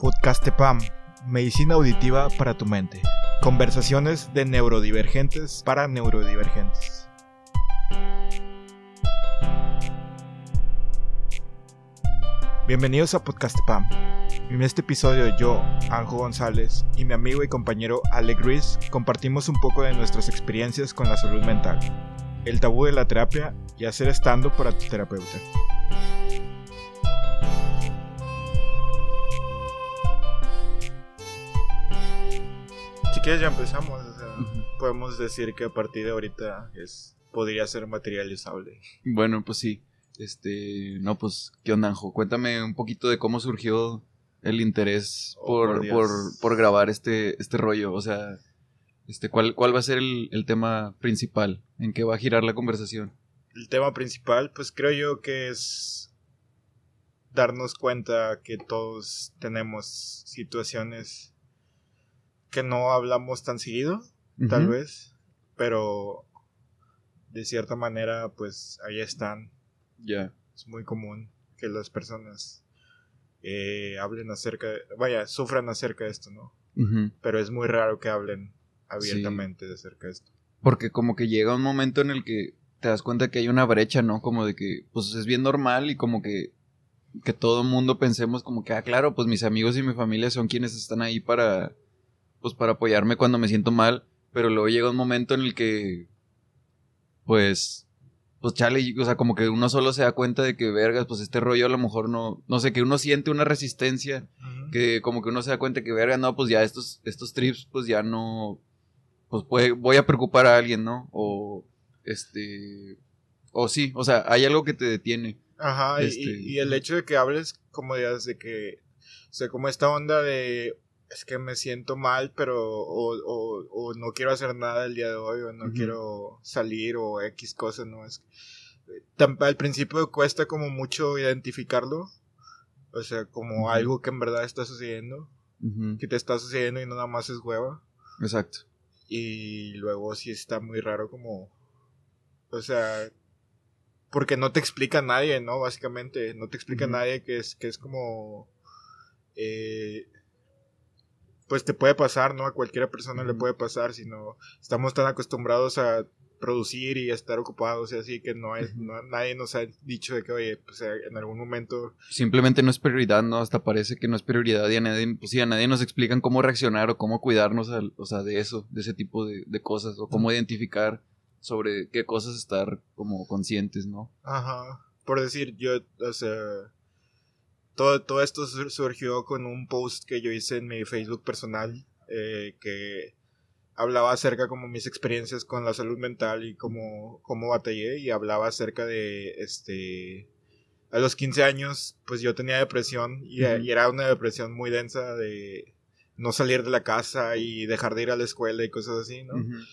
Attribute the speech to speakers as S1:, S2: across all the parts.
S1: Podcastepam, medicina auditiva para tu mente. Conversaciones de neurodivergentes para neurodivergentes. Bienvenidos a Podcastepam. En este episodio yo, Anjo González, y mi amigo y compañero Alec Ruiz compartimos un poco de nuestras experiencias con la salud mental, el tabú de la terapia y hacer stand-up para tu terapeuta. Si quieres ya empezamos, podemos decir que a partir de ahorita podría ser materializable.
S2: Bueno, pues sí. Pues, ¿qué onda, Anjo? Cuéntame un poquito de cómo surgió el interés por grabar este rollo. O sea, ¿cuál va a ser el tema principal? ¿En qué va a girar la conversación?
S1: El tema principal, pues creo yo que es darnos cuenta que todos tenemos situaciones que no hablamos tan seguido, tal vez, pero de cierta manera, pues ahí están.
S2: Ya.
S1: Es muy común que las personas hablen sufran acerca de esto, ¿no? Uh-huh. Pero es muy raro que hablen abiertamente acerca de esto.
S2: Porque como que llega un momento en el que te das cuenta que hay una brecha, ¿no? Como de que, pues es bien normal y como que todo el mundo pensemos como que, claro, pues mis amigos y mi familia son quienes están ahí para apoyarme cuando me siento mal, pero luego llega un momento en el que, pues chale, o sea, como que uno solo se da cuenta de que, vergas, pues este rollo a lo mejor no sé, que uno siente una resistencia, uh-huh. Que como que uno se da cuenta que, verga, no, pues ya estos trips, pues ya no, pues voy a preocupar a alguien, ¿no? O sí, o sea, hay algo que te detiene.
S1: Ajá, y el hecho de que hables como de que, o sea, como esta onda de, es que me siento mal, pero o no quiero hacer nada el día de hoy, o no uh-huh. quiero salir, o X cosas, ¿no? Al principio cuesta como mucho identificarlo, o sea, como uh-huh. algo que en verdad está sucediendo, uh-huh. que te está sucediendo y no nada más es hueva.
S2: Exacto.
S1: Y luego sí está muy raro como, o sea, porque no te explica nadie, ¿no? Básicamente, no te explica uh-huh. nadie que es como, pues te puede pasar, ¿no? A cualquier persona le puede pasar, si no estamos tan acostumbrados a producir y a estar ocupados y así que nadie nos ha dicho de que, oye, pues en algún momento
S2: simplemente no es prioridad, ¿no? Hasta parece que no es prioridad y a nadie nos explican cómo reaccionar o cómo cuidarnos, o sea, de ese tipo de cosas, o cómo identificar sobre qué cosas estar como conscientes, ¿no?
S1: Ajá, por decir, yo, o sea, todo esto surgió con un post que yo hice en mi Facebook personal, que hablaba acerca como mis experiencias con la salud mental y cómo batallé, y hablaba acerca de, a los 15 años, pues yo tenía depresión, y era una depresión muy densa de no salir de la casa y dejar de ir a la escuela y cosas así, ¿no? Uh-huh.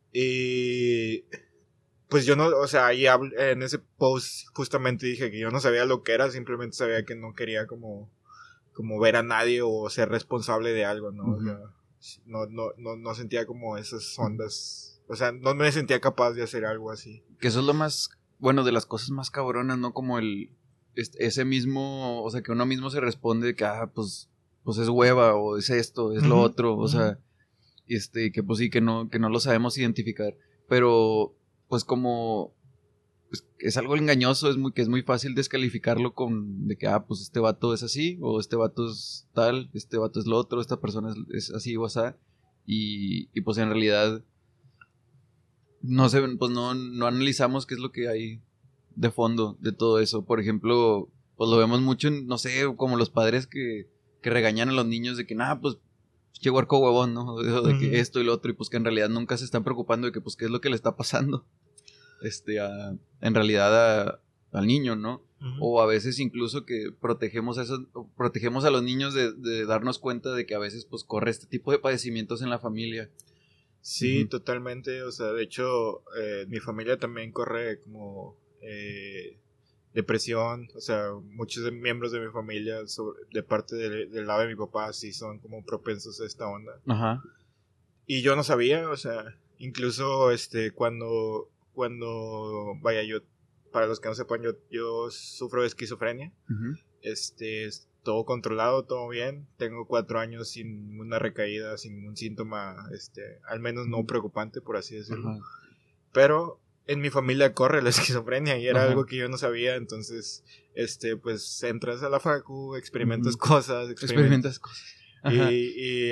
S1: Y pues yo no, o sea, ahí en ese post justamente dije que yo no sabía lo que era, simplemente sabía que no quería como ver a nadie o ser responsable de algo, ¿no? Uh-huh. O sea, no sentía como esas ondas, o sea, no me sentía capaz de hacer algo así.
S2: Que eso es lo más, bueno, de las cosas más cabronas, ¿no? Como ese mismo, o sea, que uno mismo se responde de que, pues es hueva, o es esto, es uh-huh. lo otro, o uh-huh. sea, que pues sí, que no lo sabemos identificar, pero pues como pues, es algo engañoso, que es muy fácil descalificarlo con de que pues este vato es así, o este vato es tal, este vato es lo otro, esta persona es así o así, y pues en realidad no sé, pues no analizamos qué es lo que hay de fondo de todo eso. Por ejemplo, pues lo vemos mucho en, no sé, como los padres que regañan a los niños de que pues llegó arco huevón, ¿no? De que esto y lo otro, y pues que en realidad nunca se están preocupando de que pues qué es lo que le está pasando en realidad al niño, ¿no? Uh-huh. O a veces incluso que protegemos a los niños de darnos cuenta de que a veces pues corre este tipo de padecimientos en la familia.
S1: Sí, uh-huh. Totalmente, o sea, de hecho mi familia también corre como depresión, o sea, muchos miembros de mi familia de parte del lado de mi papá sí son como propensos a esta onda.
S2: Ajá.
S1: Y yo no sabía, o sea, incluso cuando vaya, yo, para los que no sepan, yo sufro de esquizofrenia. Uh-huh. todo controlado, todo bien. Tengo 4 años sin ninguna recaída, sin ningún síntoma, al menos no preocupante, por así decirlo.
S2: Ajá.
S1: Pero en mi familia corre la esquizofrenia y era
S2: Ajá.
S1: algo que yo no sabía, entonces, pues entras a la facu, experimentas cosas,
S2: Experimentas cosas. Ajá.
S1: y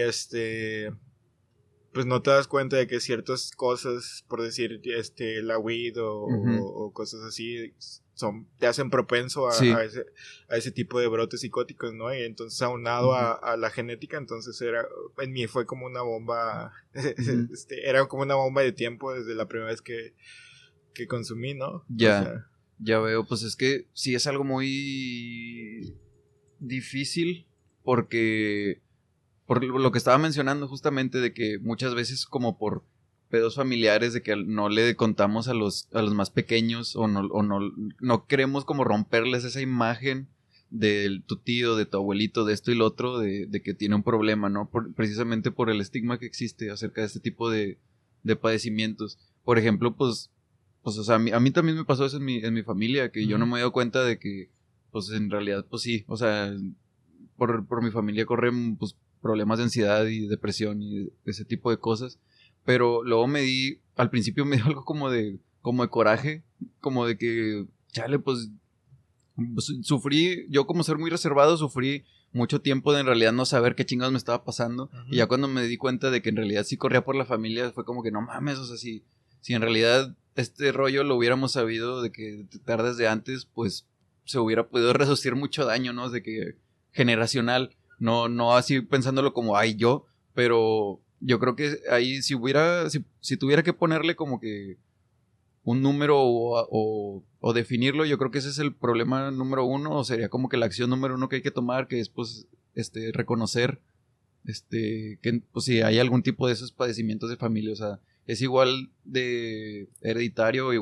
S1: pues no te das cuenta de que ciertas cosas, por decir, la weed o cosas así, te hacen propenso
S2: Sí.
S1: a ese tipo de brotes psicóticos, ¿no? Y entonces aunado a la genética, entonces en mí fue como una bomba, era como una bomba de tiempo desde la primera vez que consumí, ¿no?
S2: Ya,
S1: O sea,
S2: ya veo, pues es que sí es algo muy difícil porque por lo que estaba mencionando justamente de que muchas veces como por pedos familiares de que no le contamos a los más pequeños o no queremos como romperles esa imagen de tu tío, de tu abuelito, de esto y lo otro, de que tiene un problema, ¿no? Precisamente por el estigma que existe acerca de este tipo de padecimientos. Por ejemplo, pues o sea, a mí también me pasó eso en mi familia, que yo no me he dado cuenta de que, pues en realidad, pues sí, o sea, por mi familia corren, pues, problemas de ansiedad y depresión y ese tipo de cosas, pero luego al principio me dio algo como de coraje, como de que, chale, pues sufrí, yo como ser muy reservado, sufrí mucho tiempo de en realidad no saber qué chingados me estaba pasando, y ya cuando me di cuenta de que en realidad sí corría por la familia, fue como que no mames, o sea, si en realidad este rollo lo hubiéramos sabido de que tardes de antes, pues se hubiera podido reducir mucho daño, ¿no? De que generacional, no así pensándolo como, ay, yo, pero yo creo que ahí si tuviera que ponerle como que un número o definirlo, yo creo que ese es el problema número uno, o sería como que la acción número uno que hay que tomar, que es pues reconocer que pues si hay algún tipo de esos padecimientos de familia, o sea, es igual de hereditario,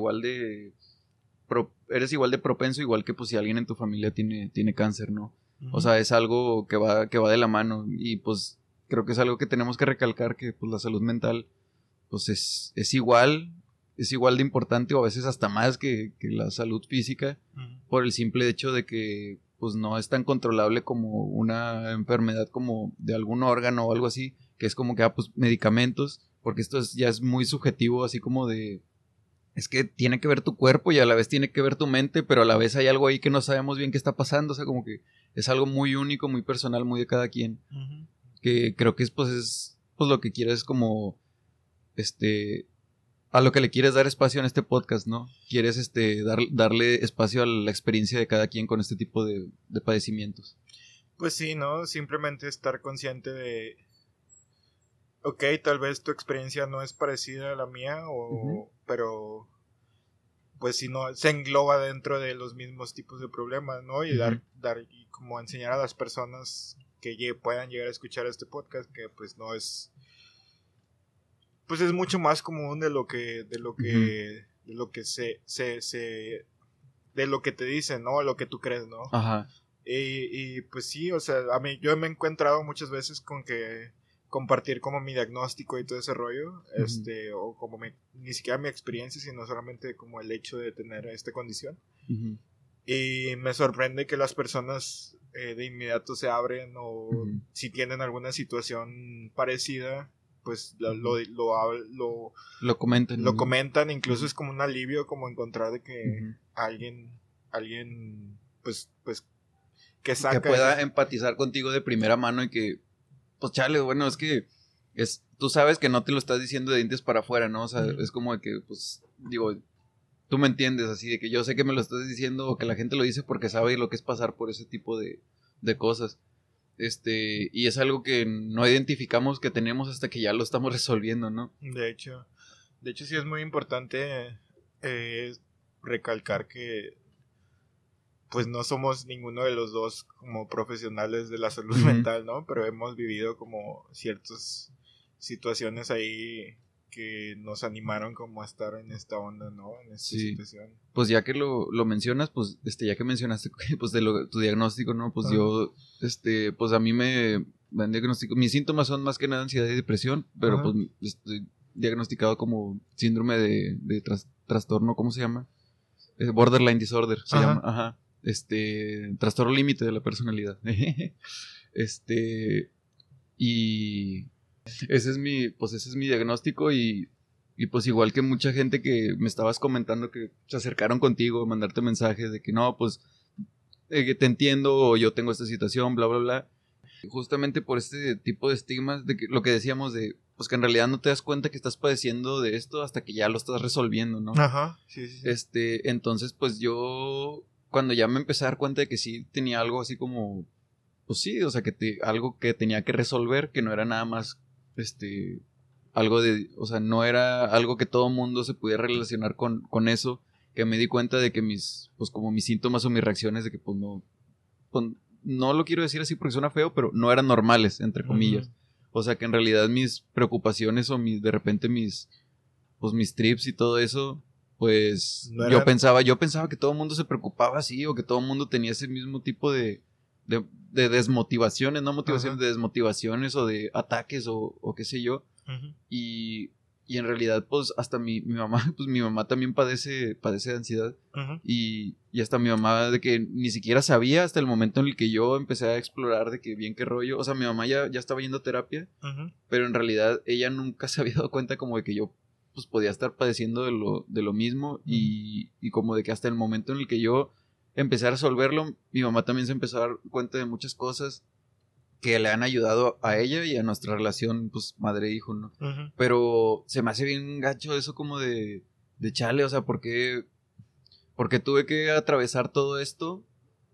S2: eres igual de propenso, igual que pues si alguien en tu familia tiene cáncer, ¿no? O sea, es algo que va de la mano, y pues creo que es algo que tenemos que recalcar, que pues la salud mental pues es igual de importante, o a veces hasta más que la salud física, por el simple hecho de que pues no es tan controlable como una enfermedad como de algún órgano o algo así, que es como que pues medicamentos, porque esto ya es muy subjetivo, así como de es que tiene que ver tu cuerpo y a la vez tiene que ver tu mente, pero a la vez hay algo ahí que no sabemos bien qué está pasando, o sea, como que es algo muy único, muy personal, muy de cada quien, que creo que es pues lo que quieres como a lo que le quieres dar espacio en este podcast, ¿no? Quieres darle espacio a la experiencia de cada quien con este tipo de padecimientos.
S1: Pues sí, ¿no? Simplemente estar consciente de, ok, tal vez tu experiencia no es parecida a la mía, pero pues si no, se engloba dentro de los mismos tipos de problemas, ¿no? Y dar y como enseñar a las personas que puedan llegar a escuchar este podcast, que pues no es, pues es mucho más común de lo que de lo que de lo que te dicen, ¿no? Lo que tú crees, ¿no?
S2: Ajá.
S1: Y pues sí, o sea, yo me he encontrado muchas veces con que compartir como mi diagnóstico y todo ese rollo, o como ni siquiera mi experiencia, sino solamente como el hecho de tener esta condición. Y me sorprende que las personas de inmediato se abren, o si tienen alguna situación parecida, pues lo comentan. Lo comentan, incluso es como un alivio, como encontrar de que alguien pues que saca,
S2: que pueda empatizar contigo de primera mano, y que pues chale, bueno, es que tú sabes que no te lo estás diciendo de dientes para afuera, ¿no? O sea, es como de que, pues, digo, tú me entiendes, así de que yo sé que me lo estás diciendo, o que la gente lo dice porque sabe lo que es pasar por ese tipo de cosas. Y es algo que no identificamos que tenemos hasta que ya lo estamos resolviendo, ¿no?
S1: De hecho sí es muy importante recalcar que pues no somos ninguno de los dos como profesionales de la salud mental, ¿no? Pero hemos vivido como ciertas situaciones ahí que nos animaron como a estar en esta onda, ¿no? En esta situación.
S2: Pues ya que lo mencionas, pues ya que mencionaste pues de tu diagnóstico, ¿no? Pues yo pues a mí me han diagnosticado, mis síntomas son más que nada ansiedad y depresión, pero pues estoy diagnosticado como síndrome de trastorno, ¿cómo se llama? Borderline disorder se llama, trastorno límite de la personalidad. Y ese es mi diagnóstico y pues igual que mucha gente que me estabas comentando que se acercaron contigo, mandarte mensajes de que no, pues te entiendo o yo tengo esta situación, bla, bla, bla. Justamente por este tipo de estigmas, de que lo que decíamos de, pues que en realidad no te das cuenta que estás padeciendo de esto hasta que ya lo estás resolviendo, ¿no?
S1: Ajá, sí.
S2: Entonces, pues yo, cuando ya me empecé a dar cuenta de que sí tenía algo así como, pues sí, o sea, algo que tenía que resolver, que no era nada más, algo de, o sea, no era algo que todo mundo se pudiera relacionar con eso, que me di cuenta de que pues como mis síntomas o mis reacciones de que pues no lo quiero decir así porque suena feo, pero no eran normales, entre comillas. O sea que en realidad mis preocupaciones o de repente mis trips y todo eso, pues no yo pensaba que todo el mundo se preocupaba así o que todo el mundo tenía ese mismo tipo de desmotivaciones, no motivaciones, de desmotivaciones o de ataques o qué sé yo. Y en realidad, pues, hasta mi mamá, pues mi mamá también padece de ansiedad. Y hasta mi mamá de que ni siquiera sabía hasta el momento en el que yo empecé a explorar de que bien qué rollo. O sea, mi mamá ya estaba yendo a terapia, pero en realidad ella nunca se había dado cuenta como de que yo pues podía estar padeciendo de lo mismo y como de que hasta el momento en el que yo empecé a resolverlo, mi mamá también se empezó a dar cuenta de muchas cosas que le han ayudado a ella y a nuestra relación, pues, madre-hijo, ¿no? Pero se me hace bien gacho eso como de chale, o sea, ¿por qué tuve que atravesar todo esto?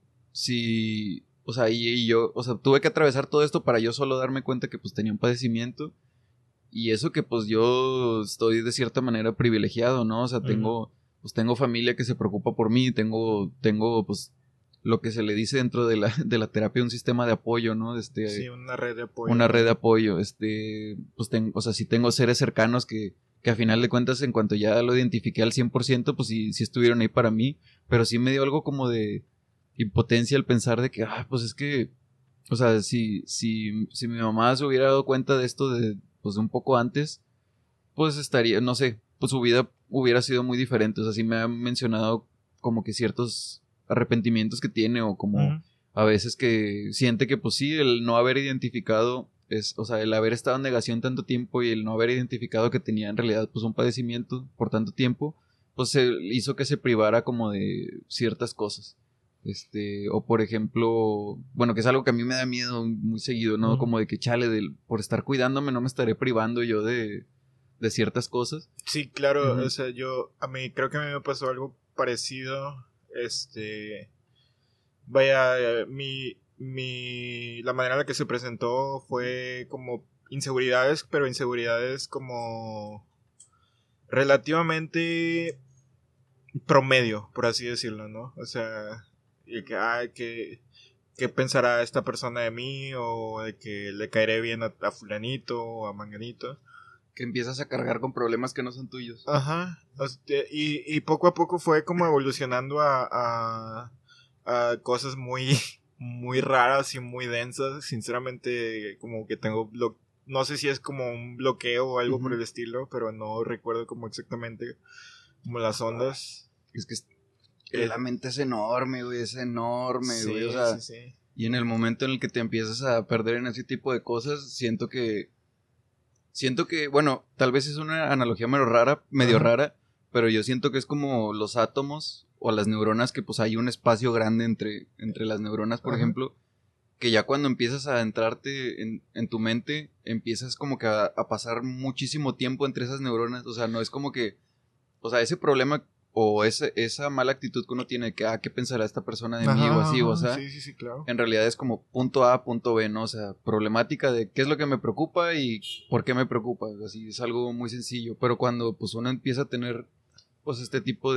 S2: Si, o sea, y yo, o sea, tuve que atravesar todo esto para yo solo darme cuenta que, pues, tenía un padecimiento y eso que, pues, yo estoy de cierta manera privilegiado, ¿no? O sea, tengo familia que se preocupa por mí, tengo, pues, lo que se le dice dentro de la terapia un sistema de apoyo, ¿no?
S1: Sí, una red de apoyo.
S2: Una red de apoyo, pues o sea, sí tengo seres cercanos que a final de cuentas en cuanto ya lo identifiqué al 100%, pues sí estuvieron ahí para mí, pero sí me dio algo como de impotencia al pensar de que, pues es que, o sea, si mi mamá se hubiera dado cuenta de esto pues de un poco antes, pues estaría, no sé, pues su vida hubiera sido muy diferente, o sea, sí me ha mencionado como que ciertos arrepentimientos que tiene o como a veces que siente que pues sí, el no haber identificado o sea, el haber estado en negación tanto tiempo y el no haber identificado que tenía en realidad pues un padecimiento por tanto tiempo, pues se hizo que se privara como de ciertas cosas. O por ejemplo, bueno, que es algo que a mí me da miedo muy seguido, ¿no? Como de que chale, por estar cuidándome no me estaré privando yo de ciertas cosas.
S1: Sí, claro, o sea, creo que a mí me pasó algo parecido. Vaya, la manera en la que se presentó fue como inseguridades, pero inseguridades como relativamente promedio, por así decirlo, ¿no? O sea, ¿qué pensará esta persona de mí? O de que le caeré bien a fulanito o a manganito.
S2: Que empiezas a cargar con problemas que no son tuyos.
S1: Ajá. Y poco a poco fue como evolucionando a cosas muy, muy raras y muy densas. Sinceramente, como que no sé si es como un bloqueo o algo por el estilo, pero no recuerdo como exactamente como las ondas.
S2: Es que la mente es enorme, güey,
S1: Sí,
S2: güey, o sea,
S1: sí.
S2: Y en el momento en el que te empiezas a perder en ese tipo de cosas, siento que, bueno, tal vez es una analogía medio rara, pero yo siento que es como los átomos o las neuronas, que pues hay un espacio grande entre las neuronas, por ejemplo, que ya cuando empiezas a entrarte en tu mente, empiezas como que a pasar muchísimo tiempo entre esas neuronas, o sea, no es como que, o sea, ese problema o esa mala actitud que uno tiene, que, ¿qué pensará esta persona de mí? O así, o sea,
S1: sí, claro.
S2: En realidad es como punto A, punto B, ¿no? O sea, problemática de qué es lo que me preocupa y por qué me preocupa, así, es algo muy sencillo, pero cuando pues uno empieza a tener, pues este tipo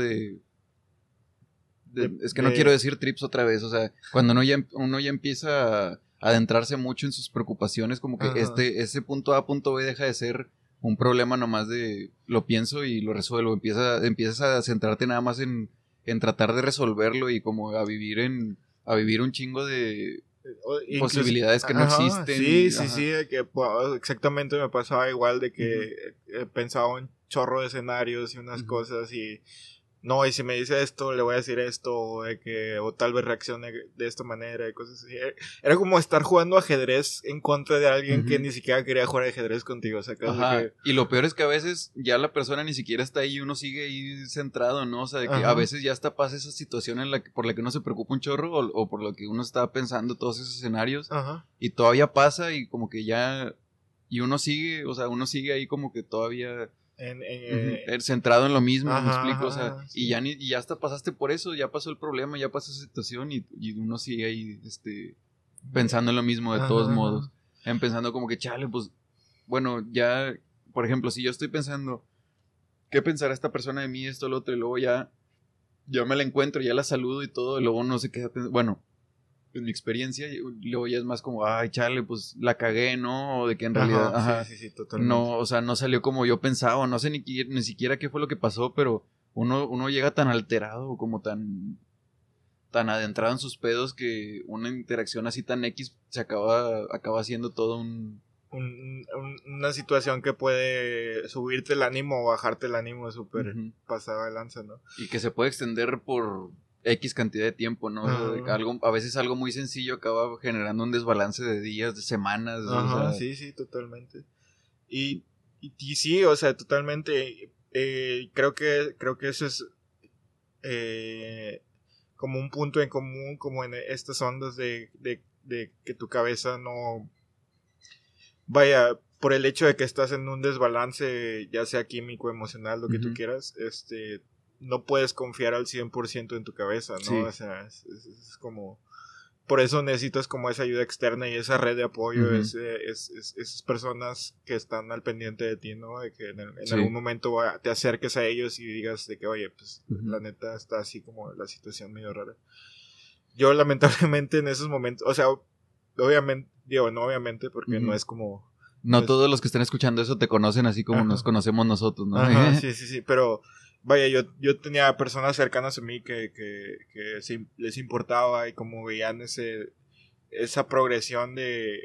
S2: es que no quiero decir trips otra vez, o sea, cuando uno ya empieza a adentrarse mucho en sus preocupaciones, como que ese punto A, punto B deja de ser un problema nomás de lo pienso y lo resuelvo. Empiezas a centrarte nada más en tratar de resolverlo y como a vivir un chingo de posibilidades que no existen.
S1: Sí, que exactamente me pasaba igual de que pensaba un chorro de escenarios y unas cosas y no, y si me dice esto, le voy a decir esto, o tal vez reaccione de esta manera, y cosas así. Era como estar jugando ajedrez en contra de alguien que ni siquiera quería jugar ajedrez contigo, o sea,
S2: Ajá. Y lo peor es que a veces ya la persona ni siquiera está ahí y uno sigue ahí centrado, ¿no? O sea, de que a veces ya hasta pasa esa situación por la que uno se preocupa un chorro o por lo que uno está pensando todos esos escenarios. Y todavía pasa y como que ya... Y uno sigue, o sea, uno sigue ahí como que todavía... centrado en lo mismo, me explico, o sea, sí. y ya hasta pasaste por eso, ya pasó el problema, ya pasó esa situación y uno sigue ahí, pensando en lo mismo de todos modos, pensando como que chale, pues, bueno, ya, por ejemplo, si yo estoy pensando, ¿qué pensará esta persona de mí, esto, lo otro, y luego ya me la encuentro, ya la saludo y todo, y luego no se queda pensando, bueno, en mi experiencia, luego ya es más como, ay, chale, pues la cagué, ¿no? O de que en realidad,
S1: sí, totalmente.
S2: No, o sea, no salió como yo pensaba, no sé ni siquiera qué fue lo que pasó, pero uno llega tan alterado, como tan adentrado en sus pedos que una interacción así tan X se acaba siendo todo
S1: una situación que puede subirte el ánimo o bajarte el ánimo súper pasada de lanza, ¿no?
S2: Y que se puede extender por X cantidad de tiempo, ¿no? O sea, a veces algo muy sencillo acaba generando un desbalance de días, de semanas.
S1: O sea, sí, totalmente. Y sí, o sea, totalmente. Creo que eso es como un punto en común, como en estas ondas de que tu cabeza no... Vaya, por el hecho de que estás en un desbalance, ya sea químico, emocional, lo que tú quieras, no puedes confiar al 100% en tu cabeza, ¿no? Sí. O sea, es como... Por eso necesitas como esa ayuda externa y esa red de apoyo, esas personas que están al pendiente de ti, ¿no? De que en algún momento te acerques a ellos y digas de que, oye, pues la neta está así como la situación medio rara. Yo lamentablemente en esos momentos, o sea, obviamente, digo, no obviamente, porque no es como...
S2: No todos los que están escuchando eso te conocen así como nos conocemos nosotros, ¿no?
S1: Sí, pero... Vaya, yo tenía personas cercanas a mí que sí, les importaba y como veían esa progresión de...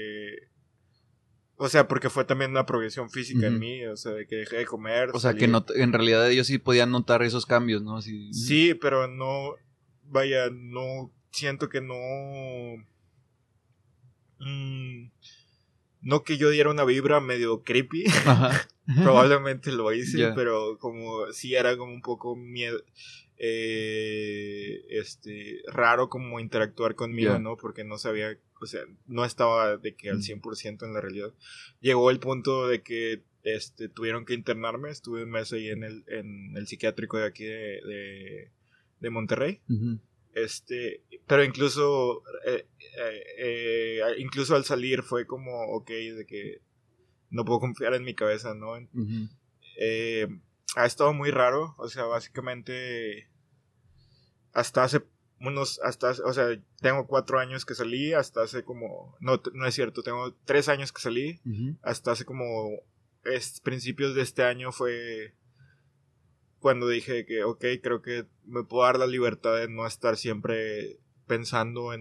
S1: O sea, porque fue también una progresión física en mí, o sea, de que dejé de comer.
S2: O sea, que en realidad ellos sí podían notar esos cambios, ¿no?
S1: Sí, pero no... Vaya, no... Siento que no... no que yo diera una vibra medio creepy. Ajá. Probablemente lo hice, pero como sí era como un poco miedo, raro como interactuar conmigo, ¿no? Porque no sabía, o sea, no estaba de que al 100% en la realidad. Llegó el punto de que tuvieron que internarme, estuve un mes ahí en el psiquiátrico de aquí de Monterrey. Pero incluso al salir fue como ok, de que no puedo confiar en mi cabeza, ¿no? Ha estado muy raro, o sea, básicamente o sea, tengo 4 años que salí, hasta hace como, no es cierto, tengo 3 años que salí, hasta hace como principios de este año fue cuando dije que ok, creo que me puedo dar la libertad de no estar siempre pensando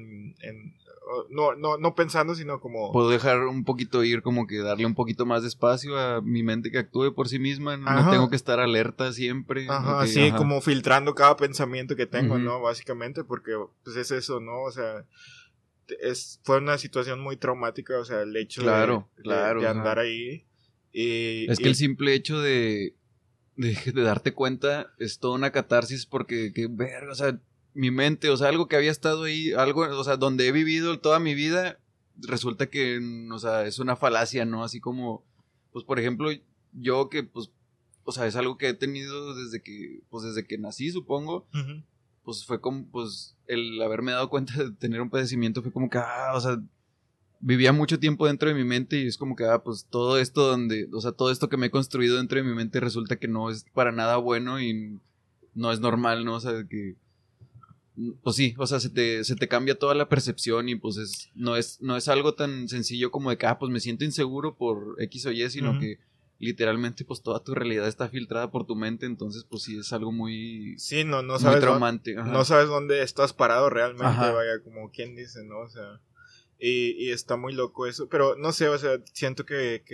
S1: no pensando, sino como...
S2: Puedo dejar un poquito ir, como que darle un poquito más de espacio a mi mente que actúe por sí misma. No tengo que estar alerta siempre.
S1: Como filtrando cada pensamiento que tengo, ¿no? Básicamente, porque pues es eso, ¿no? O sea, fue una situación muy traumática, o sea, el hecho de andar ahí.
S2: Es que el simple hecho de darte cuenta es toda una catarsis porque, verga, o sea... Mi mente, o sea, algo que había estado ahí, algo, o sea, donde he vivido toda mi vida, resulta que, o sea, es una falacia, ¿no? Así como, pues, por ejemplo, yo que, pues, o sea, es algo que he tenido desde que nací, supongo, pues, fue como, pues, el haberme dado cuenta de tener un padecimiento fue como que, o sea, vivía mucho tiempo dentro de mi mente y es como que, pues, todo esto todo esto que me he construido dentro de mi mente resulta que no es para nada bueno y no es normal, ¿no? O sea, que... Pues sí, o sea, se te cambia toda la percepción y pues no es algo tan sencillo como de que, pues me siento inseguro por X o Y, sino que literalmente pues toda tu realidad está filtrada por tu mente, entonces pues sí es algo muy...
S1: Sí, no
S2: muy
S1: sabes
S2: traumante.
S1: No sabes dónde estás parado realmente, vaya, como quien dice, ¿no? O sea, y está muy loco eso, pero no sé, o sea, siento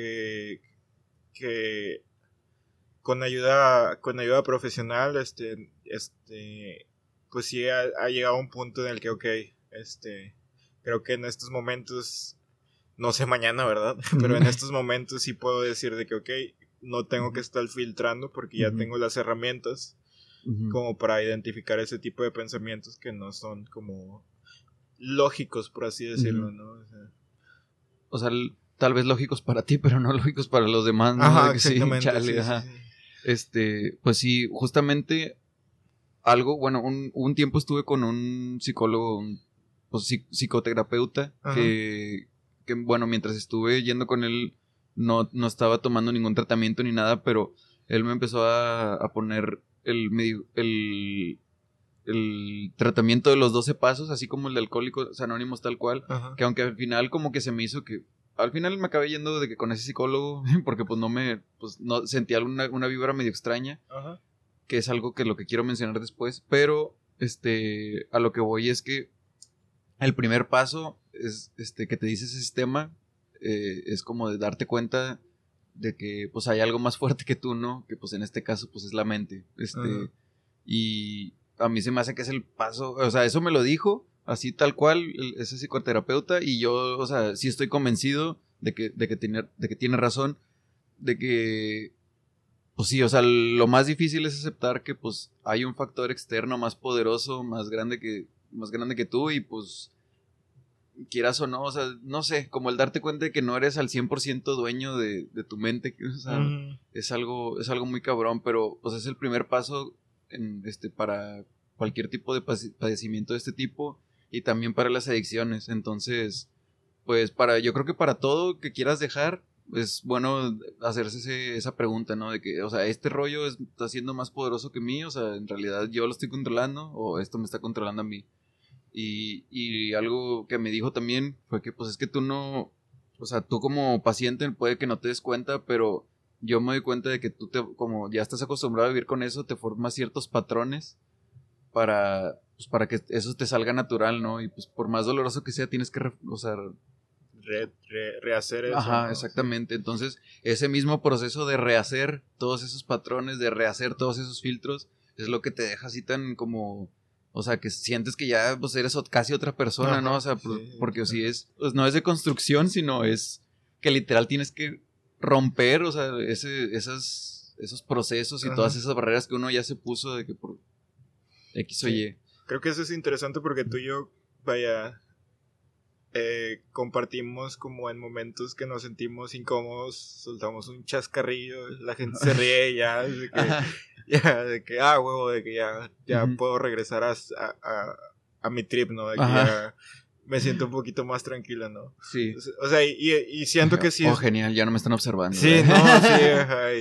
S1: que con ayuda profesional, pues sí ha llegado a un punto en el que, ok, creo que en estos momentos, no sé mañana, ¿verdad? Pero en estos momentos sí puedo decir de que, ok, no tengo que estar filtrando porque ya tengo las herramientas como para identificar ese tipo de pensamientos que no son como lógicos, por así decirlo, ¿no?
S2: O sea, tal vez lógicos para ti, pero no lógicos para los demás, ¿no?
S1: Ajá,
S2: De que
S1: exactamente,
S2: sí, chale,
S1: sí,
S2: ajá.
S1: sí.
S2: Pues sí, justamente algo, bueno, un tiempo estuve con un psicólogo, pues psicoterapeuta, que, bueno, mientras estuve yendo con él, no estaba tomando ningún tratamiento ni nada, pero él me empezó a poner el tratamiento de los 12 pasos, así como el de Alcohólicos Anónimos tal cual, que aunque al final como que se me hizo que, al final me acabé yendo de que con ese psicólogo, porque pues no sentía una vibra medio extraña, que es algo que lo que quiero mencionar después, pero a lo que voy es que el primer paso es que te dice ese sistema, es como de darte cuenta de que pues hay algo más fuerte que tú, ¿no? Que pues en este caso pues es la mente. Y a mí se me hace que es el paso, o sea, eso me lo dijo así tal cual ese psicoterapeuta, y yo, o sea, sí estoy convencido de que tiene razón, de que pues sí, o sea, lo más difícil es aceptar que pues hay un factor externo más poderoso, más grande que tú, y pues quieras o no, o sea, no sé, como el darte cuenta de que no eres al 100% dueño de tu mente, o sea, es algo muy cabrón, pero pues es el primer paso para cualquier tipo de padecimiento de este tipo, y también para las adicciones. Entonces, pues yo creo que para todo que quieras dejar, es bueno hacerse esa pregunta, ¿no? De que, o sea, este rollo está siendo más poderoso que mí, o sea, en realidad yo lo estoy controlando, o esto me está controlando a mí. Y algo que me dijo también fue que pues es que tú no, o sea, tú como paciente puede que no te des cuenta, pero yo me doy cuenta de que como ya estás acostumbrado a vivir con eso, te formas ciertos patrones para que eso te salga natural, ¿no? Y pues por más doloroso que sea, tienes que, o sea,
S1: rehacer eso,
S2: ajá,
S1: ¿no?
S2: exactamente. Sí. Entonces, ese mismo proceso de rehacer todos esos patrones, de rehacer todos esos filtros, es lo que te deja así tan como, o sea, que sientes que ya pues eres casi otra persona, ¿no? O sea, porque si pues no es de construcción, sino es que literal tienes que romper, o sea, esos procesos y todas esas barreras que uno ya se puso de que por X o Y.
S1: Creo que eso es interesante porque tú y yo, vaya, compartimos como en momentos que nos sentimos incómodos, soltamos un chascarrillo, la gente se ríe ya, de que huevo, de que ya puedo regresar a mi trip, ¿no? De que ya me siento un poquito más tranquilo, ¿no?
S2: Sí.
S1: O sea, y siento que sí.
S2: Genial, ya no me están observando.
S1: Sí, no, sí, ajá,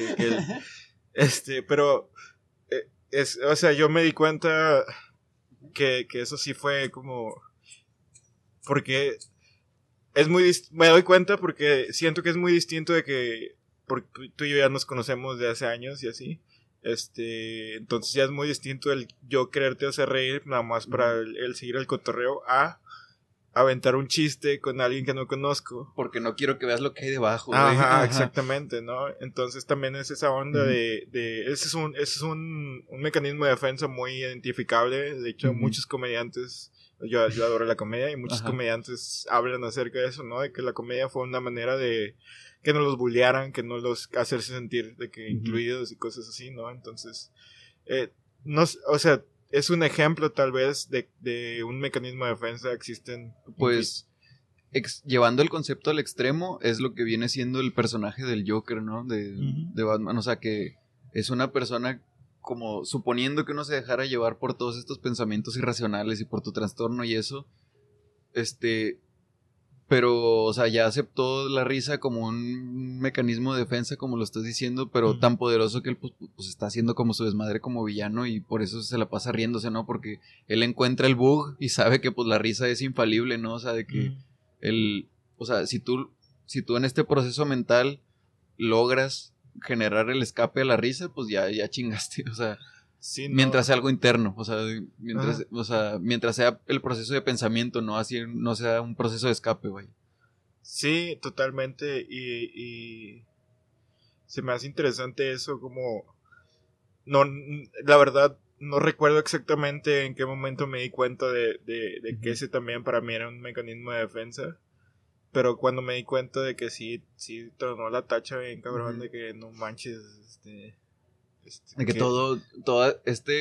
S1: pero, o sea, yo me di cuenta que eso sí fue como, porque me doy cuenta porque siento que es muy distinto de que porque tú y yo ya nos conocemos de hace años y así. Entonces ya es muy distinto el yo quererte hacer reír nada más para el seguir el cotorreo a aventar un chiste con alguien que no conozco.
S2: Porque no quiero que veas lo que hay debajo.
S1: Ajá, exactamente, ¿no? Entonces también es esa onda ese es un mecanismo de defensa muy identificable. De hecho, muchos comediantes, yo adoro la comedia y muchos comediantes hablan acerca de eso, ¿no? De que la comedia fue una manera de que no los bullearan, que no los hacerse sentir de que incluidos y cosas así, ¿no? Entonces, no, o sea, es un ejemplo tal vez de un mecanismo de defensa. Existen
S2: pues llevando el concepto al extremo es lo que viene siendo el personaje del Joker, ¿no? De Batman, o sea que es una persona como suponiendo que uno se dejara llevar por todos estos pensamientos irracionales y por tu trastorno y eso, pero, o sea, ya aceptó la risa como un mecanismo de defensa, como lo estás diciendo, pero tan poderoso que él pues está haciendo como su desmadre como villano, y por eso se la pasa riéndose, ¿no? Porque él encuentra el bug y sabe que pues la risa es infalible, ¿no? O sea, de que o sea, si tú en este proceso mental logras generar el escape a la risa, pues ya chingaste, o sea, sí, no. Mientras sea algo interno, o sea, mientras sea el proceso de pensamiento, no así, no sea un proceso de escape, güey.
S1: Sí, totalmente, y se me hace interesante eso, como no, la verdad no recuerdo exactamente en qué momento me di cuenta de que ese también para mí era un mecanismo de defensa. Pero cuando me di cuenta de que sí tronó la tacha bien cabrón, de que no manches,
S2: de que toda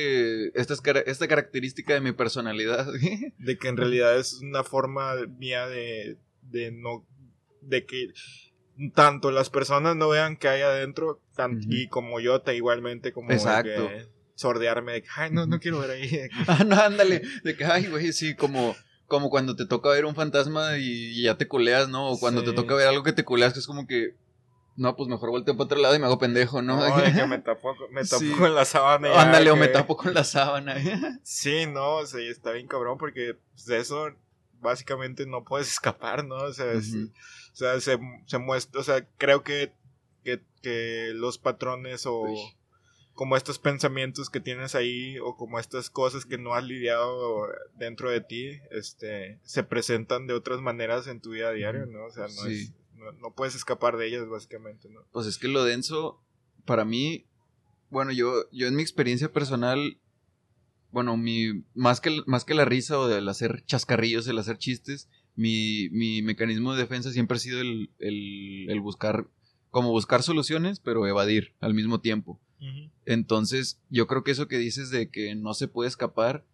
S2: esta característica de mi personalidad.
S1: De que en realidad es una forma mía de no, de que tanto las personas no vean que hay adentro, y como yo igualmente, como
S2: exacto.
S1: de que sordearme de que, ay, no quiero ver ahí.
S2: No, ándale, de que, ay, güey, sí, como cuando te toca ver un fantasma y ya te culeas, ¿no? O cuando te toca ver algo que te culeas, que es como que, no, pues mejor volteo para otro lado y me hago pendejo, ¿no?
S1: No, de que me tapo con la sábana.
S2: Ándale, o me tapo con la sábana.
S1: Sí, no, o sea, está bien cabrón porque pues, de eso básicamente no puedes escapar, ¿no? O sea, se muestra, o sea, creo que los patrones o como estos pensamientos que tienes ahí o como estas cosas que no has lidiado dentro de ti, se presentan de otras maneras en tu vida diaria, ¿no? O sea, no puedes escapar de ellas básicamente, ¿no?
S2: Pues es que lo denso, para mí, bueno, yo en mi experiencia personal, bueno, más que la risa o el hacer chascarrillos, el hacer chistes, mi mecanismo de defensa siempre ha sido el buscar soluciones, pero evadir al mismo tiempo. Uh-huh. Entonces, yo creo que eso que dices de que no se puede escapar,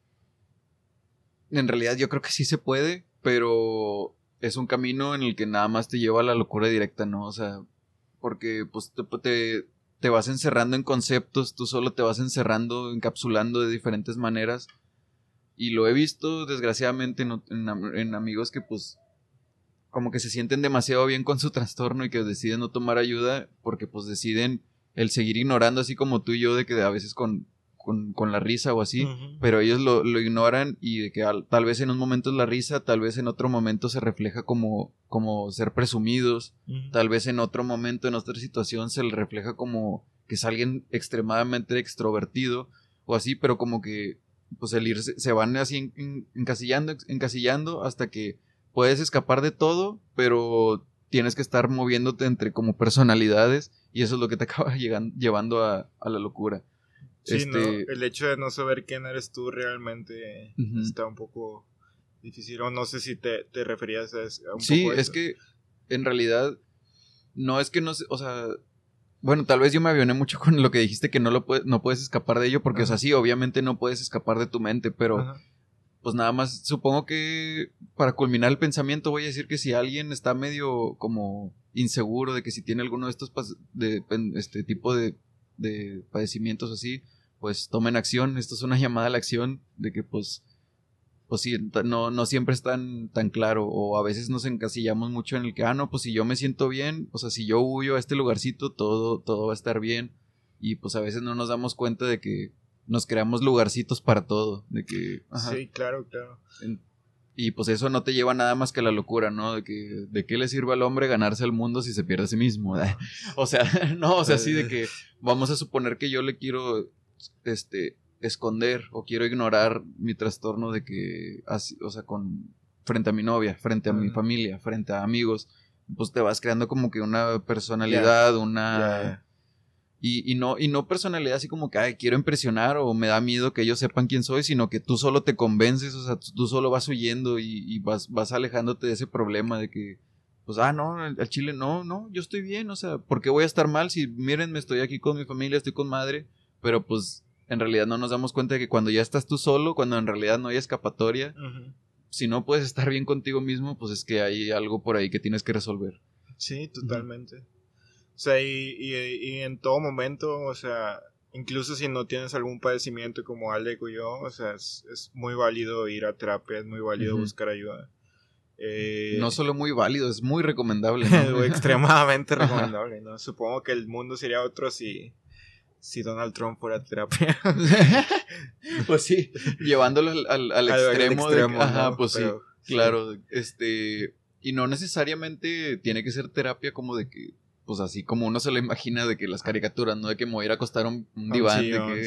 S2: en realidad yo creo que sí se puede, pero es un camino en el que nada más te lleva a la locura directa, ¿no? O sea, porque pues te vas encerrando en conceptos, tú solo te vas encerrando, encapsulando de diferentes maneras. Y lo he visto, desgraciadamente, en amigos que pues como que se sienten demasiado bien con su trastorno y que deciden no tomar ayuda porque pues deciden el seguir ignorando, así como tú y yo, de que a veces con la risa o así, uh-huh. Pero ellos lo ignoran y de que tal vez en un momento es la risa, tal vez en otro momento se refleja como ser presumidos, uh-huh. Tal vez en otro momento, en otra situación se le refleja como que es alguien extremadamente extrovertido o así, pero como que pues el irse, se van así encasillando hasta que puedes escapar de todo, pero tienes que estar moviéndote entre como personalidades y eso es lo que te acaba llevando a la locura.
S1: Sí, ¿no? El hecho de no saber quién eres tú realmente uh-huh. Está un poco difícil, o no sé si te referías a un
S2: sí,
S1: poco a eso.
S2: Es que en realidad no es que no sé, o sea, bueno, tal vez yo me avioné mucho con lo que dijiste que no puedes escapar de ello, porque, uh-huh. O sea, sí, obviamente no puedes escapar de tu mente, pero uh-huh. Pues nada más, supongo que para culminar el pensamiento voy a decir que si alguien está medio como inseguro de que si tiene alguno de estos tipo de padecimientos así, pues tomen acción. Esto es una llamada a la acción de que pues sí, no siempre es tan claro, o a veces nos encasillamos mucho en el que, no, pues si yo me siento bien, o sea, si yo huyo a este lugarcito, todo va a estar bien, y pues a veces no nos damos cuenta de que nos creamos lugarcitos para todo, de que...
S1: Ajá. Sí, claro.
S2: Y pues eso no te lleva nada más que a la locura, ¿no? De qué le sirve al hombre ganarse el mundo si se pierde a sí mismo, ¿verdad? O sea, no, o sea, sí de que vamos a suponer que yo le quiero, esconder o quiero ignorar mi trastorno de que, así, o sea, frente a mi novia, frente a mi familia, frente a amigos, pues te vas creando como que una personalidad, una... Y no personalidad así como que quiero impresionar o me da miedo que ellos sepan quién soy, sino que tú solo te convences, o sea, tú solo vas huyendo y vas alejándote de ese problema de que, pues, no, al chile no, yo estoy bien, o sea, ¿por qué voy a estar mal si, mírenme, estoy aquí con mi familia, estoy con madre? Pero pues, en realidad no nos damos cuenta de que cuando ya estás tú solo, cuando en realidad no hay escapatoria, uh-huh. Si no puedes estar bien contigo mismo, pues es que hay algo por ahí que tienes que resolver.
S1: Sí, totalmente. Uh-huh. O sea, y en todo momento, o sea, incluso si no tienes algún padecimiento como Alec o yo, o sea, es muy válido ir a terapia, es muy válido uh-huh. buscar ayuda.
S2: No solo muy válido, es muy recomendable, ¿no?
S1: Extremadamente recomendable, ¿no? Supongo que el mundo sería otro si Donald Trump fuera a terapia.
S2: Pues sí, llevándolo al extremo. Ajá, ¿no? Pues pero, sí, claro. Y no necesariamente tiene que ser terapia como de que, pues así como uno se lo imagina de que las caricaturas, ¿no? De que me voy a ir a acostar a un diván,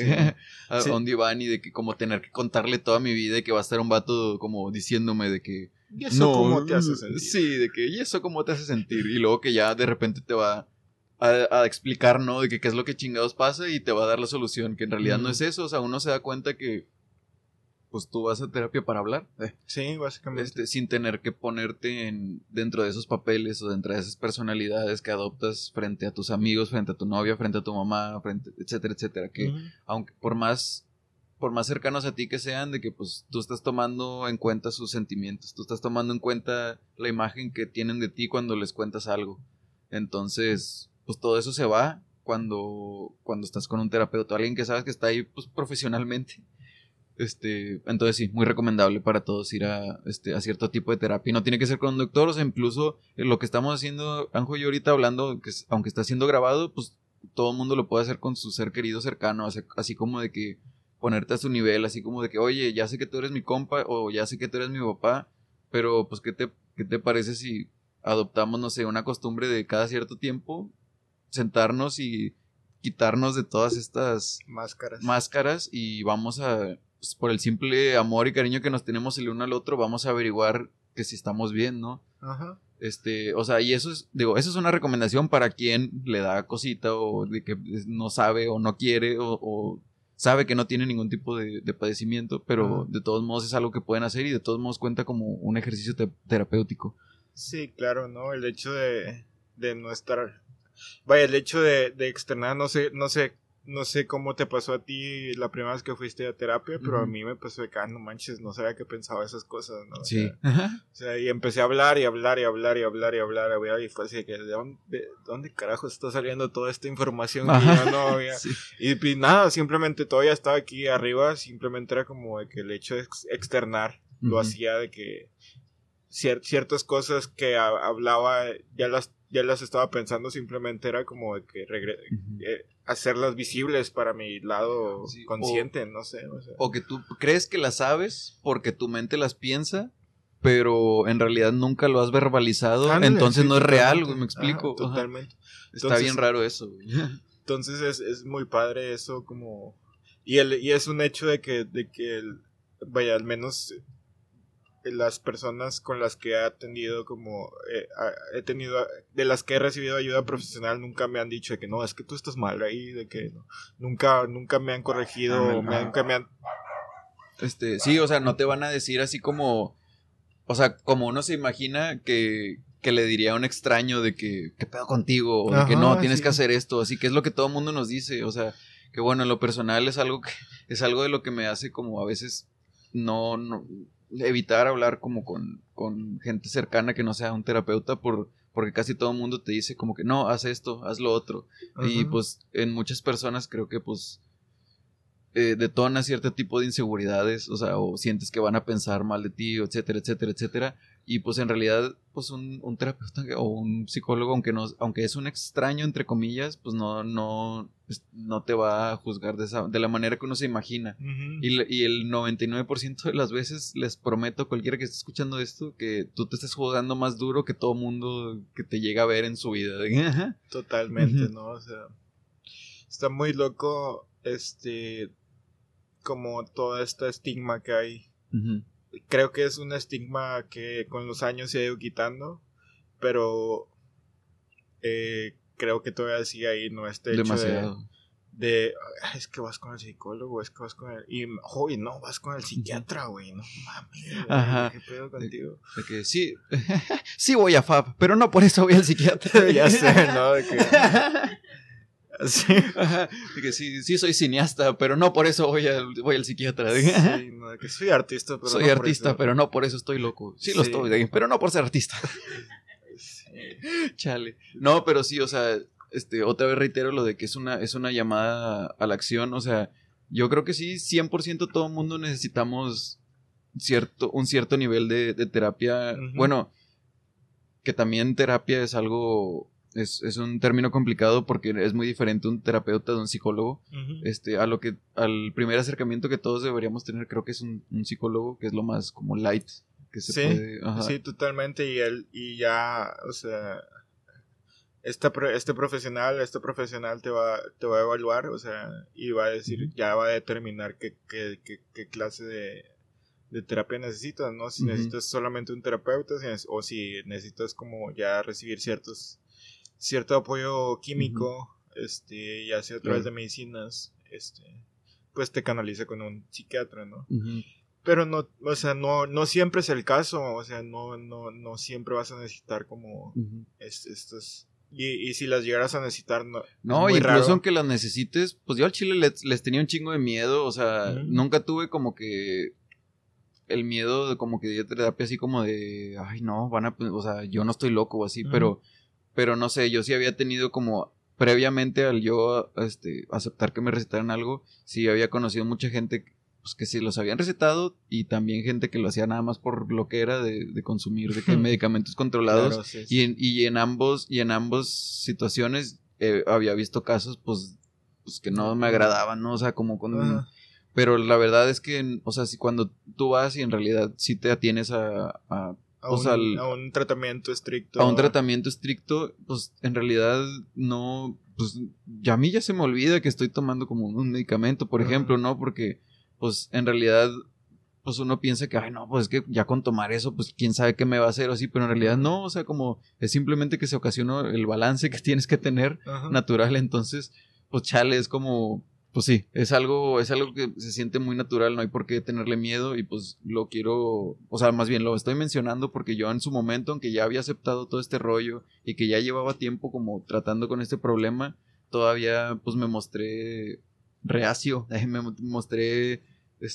S2: a un diván y de que como tener que contarle toda mi vida y que va a estar un vato como diciéndome de que...
S1: ¿Y eso cómo te hace sentir?
S2: Sí, de que, ¿y eso cómo te hace sentir? Y luego que ya de repente te va a explicar, ¿no? De que qué es lo que chingados pasa y te va a dar la solución, que en realidad no es eso. O sea, uno se da cuenta que pues tú vas a terapia para hablar.
S1: Sí, básicamente.
S2: Sin tener que ponerte dentro de esos papeles o dentro de esas personalidades que adoptas frente a tus amigos, frente a tu novia, frente a tu mamá, etcétera, etcétera. Que aunque por más cercanos a ti que sean, de que pues tú estás tomando en cuenta sus sentimientos, tú estás tomando en cuenta la imagen que tienen de ti cuando les cuentas algo. Entonces, pues todo eso se va cuando estás con un terapeuta, alguien que sabes que está ahí pues profesionalmente. Entonces sí, muy recomendable para todos ir a cierto tipo de terapia. Y no tiene que ser con un doctor, o sea, incluso lo que estamos haciendo, Anjo y yo ahorita hablando, que aunque está siendo grabado, pues todo el mundo lo puede hacer con su ser querido cercano, así como de que ponerte a su nivel, así como de que, oye, ya sé que tú eres mi compa, o ya sé que tú eres mi papá, pero pues ¿qué te parece si adoptamos, no sé, una costumbre de cada cierto tiempo sentarnos y quitarnos de todas estas máscaras y vamos a, pues, por el simple amor y cariño que nos tenemos el uno al otro, vamos a averiguar que si estamos bien, ¿no?
S1: Ajá.
S2: O sea, y eso es una recomendación para quien le da cosita o de que no sabe o no quiere o sabe que no tiene ningún tipo de padecimiento, pero de todos modos es algo que pueden hacer y de todos modos cuenta como un ejercicio terapéutico.
S1: Sí, claro, ¿no? El hecho de no estar... Vaya, el hecho de externar, no sé cómo te pasó a ti la primera vez que fuiste a terapia, pero a mí me pasó de que, no manches, no sabía que pensaba esas cosas, ¿no?
S2: Sí.
S1: O sea, y empecé a hablar y fue así que, ¿de dónde carajo está saliendo toda esta información que yo no había? Sí. Y nada, simplemente todavía estaba aquí arriba, simplemente era como de que el hecho de externar lo hacía de que ciertas cosas que hablaba ya las estaba pensando, simplemente era como de que hacerlas visibles para mi lado consciente, no sé.
S2: O que tú crees que las sabes porque tu mente las piensa, pero en realidad nunca lo has verbalizado, entonces no es real, güey, me explico.
S1: Totalmente.
S2: Está bien raro eso, güey.
S1: Entonces es muy padre eso, como... Y es un hecho de que vaya, al menos... las personas con las que he atendido de las que he recibido ayuda profesional nunca me han dicho de que no, es que tú estás mal ahí, de que no, nunca me han corregido, nunca me han...
S2: Sí, o sea, no te van a decir así como, o sea, como uno se imagina que le diría a un extraño de que, ¿qué pedo contigo? O de que no, tienes que hacer esto, así que es lo que todo el mundo nos dice, o sea, que bueno, en lo personal es algo de lo que me hace como a veces no evitar hablar como con gente cercana que no sea un terapeuta porque casi todo el mundo te dice como que no, haz esto, haz lo otro. Y pues en muchas personas creo que pues detona cierto tipo de inseguridades, o sea, o sientes que van a pensar mal de ti, etcétera, etcétera, etcétera. Y pues en realidad, pues un terapeuta o un psicólogo, aunque es un extraño, entre comillas, pues no te va a juzgar de la manera que uno se imagina. Y el 99% de las veces, les prometo a cualquiera que esté escuchando esto, que tú te estés jugando más duro que todo mundo que te llega a ver en su vida.
S1: Totalmente, ¿no? O sea, está muy loco, como todo este estigma que hay. Creo que es un estigma que con los años se ha ido quitando, pero creo que todavía sigue ahí, ¿no?
S2: Demasiado.
S1: Hecho es que vas con el psicólogo, es que vas con el... Y, no, vas con el psiquiatra, güey, no mames, güey, ¿qué pedo contigo?
S2: De que sí, sí voy a FAB, pero no por eso voy al psiquiatra.
S1: Ya sé, ¿no? De que... Sí.
S2: De que sí soy cineasta, pero no por eso voy al psiquiatra.
S1: Sí, no, de que soy artista, pero
S2: soy artista, pero no por eso estoy loco. Sí lo estoy, pero no por ser artista.
S1: Sí.
S2: Chale. No, pero sí, o sea, otra vez reitero lo de que es una llamada a la acción, o sea, yo creo que sí, 100% todo el mundo necesitamos un cierto nivel de terapia. Bueno, que también terapia es algo... Es un término complicado porque es muy diferente un terapeuta de un psicólogo. Al primer acercamiento que todos deberíamos tener, creo que es un psicólogo, que es lo más como light que se puede.
S1: Sí, totalmente. Y ya, o sea, este profesional te va a evaluar, o sea, y va a decir, ya va a determinar qué clase de terapia necesitas, ¿no? Si necesitas solamente un terapeuta o si necesitas como ya recibir ciertos cierto apoyo químico, ya sea a través de medicinas, pues te canaliza con un psiquiatra, ¿no? Pero no, o sea, no siempre es el caso, o sea, no siempre vas a necesitar como estos... Y si las llegaras a necesitar, no,
S2: incluso raro. Aunque las necesites, pues yo al chile les tenía un chingo de miedo, o sea, nunca tuve como que el miedo de como que de terapia así como de, ay no, o sea, yo no estoy loco o así, pero no sé, yo sí había tenido como previamente al yo aceptar que me recetaran algo, sí había conocido mucha gente pues que sí los habían recetado y también gente que lo hacía nada más por lo que era de consumir de que medicamentos controlados. Claro, sí. Y en ambos situaciones había visto casos pues que no me agradaban, ¿no? O sea, como con... Pero la verdad es que, o sea, si cuando tú vas y en realidad sí te atienes a
S1: un tratamiento estricto.
S2: A un tratamiento estricto, pues en realidad no, pues ya a mí ya se me olvida que estoy tomando como un medicamento, por ejemplo, ¿no? Porque pues en realidad pues uno piensa que, ay no, pues es que ya con tomar eso, pues quién sabe qué me va a hacer o así, pero en realidad no, o sea, como es simplemente que se ocasionó el balance que tienes que tener natural, entonces, pues chale, es como, pues sí, es algo que se siente muy natural, no hay por qué tenerle miedo y pues lo quiero, o sea, más bien lo estoy mencionando porque yo en su momento, aunque ya había aceptado todo este rollo y que ya llevaba tiempo como tratando con este problema, todavía pues me mostré reacio, me mostré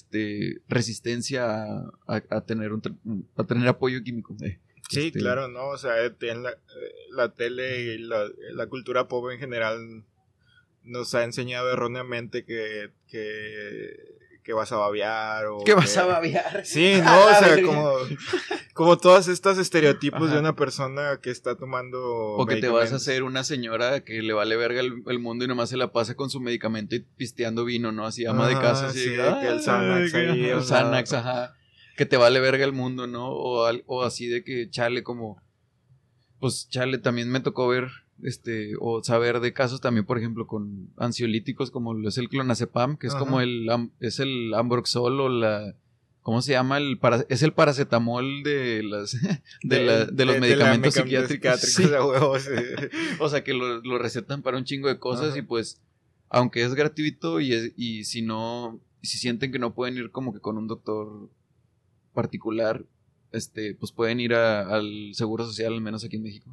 S2: resistencia a tener apoyo químico.
S1: Sí, claro, no, o sea, en la tele y la cultura pop en general nos ha enseñado erróneamente que vas a babear o
S2: que vas a babear.
S1: Sí, no, o sea, como todos estos estereotipos de una persona que está tomando
S2: o que te vas a hacer una señora que le vale verga el mundo y nomás se la pasa con su medicamento y pisteando vino, ¿no? Así ama de casa, así
S1: sí, que el Xanax ahí,
S2: el Xanax, que te vale verga el mundo, ¿no? O así de que chale como pues chale, también me tocó ver o saber de casos también, por ejemplo, con ansiolíticos como lo es el clonazepam, que es como el Ambroxol o la... ¿Cómo se llama? Es el paracetamol de los medicamentos psiquiátricos.
S1: Sí.
S2: O sea, que lo recetan para un chingo de cosas y pues, aunque es gratuito y si sienten que no pueden ir como que con un doctor particular, pues pueden ir al Seguro Social, al menos aquí en México.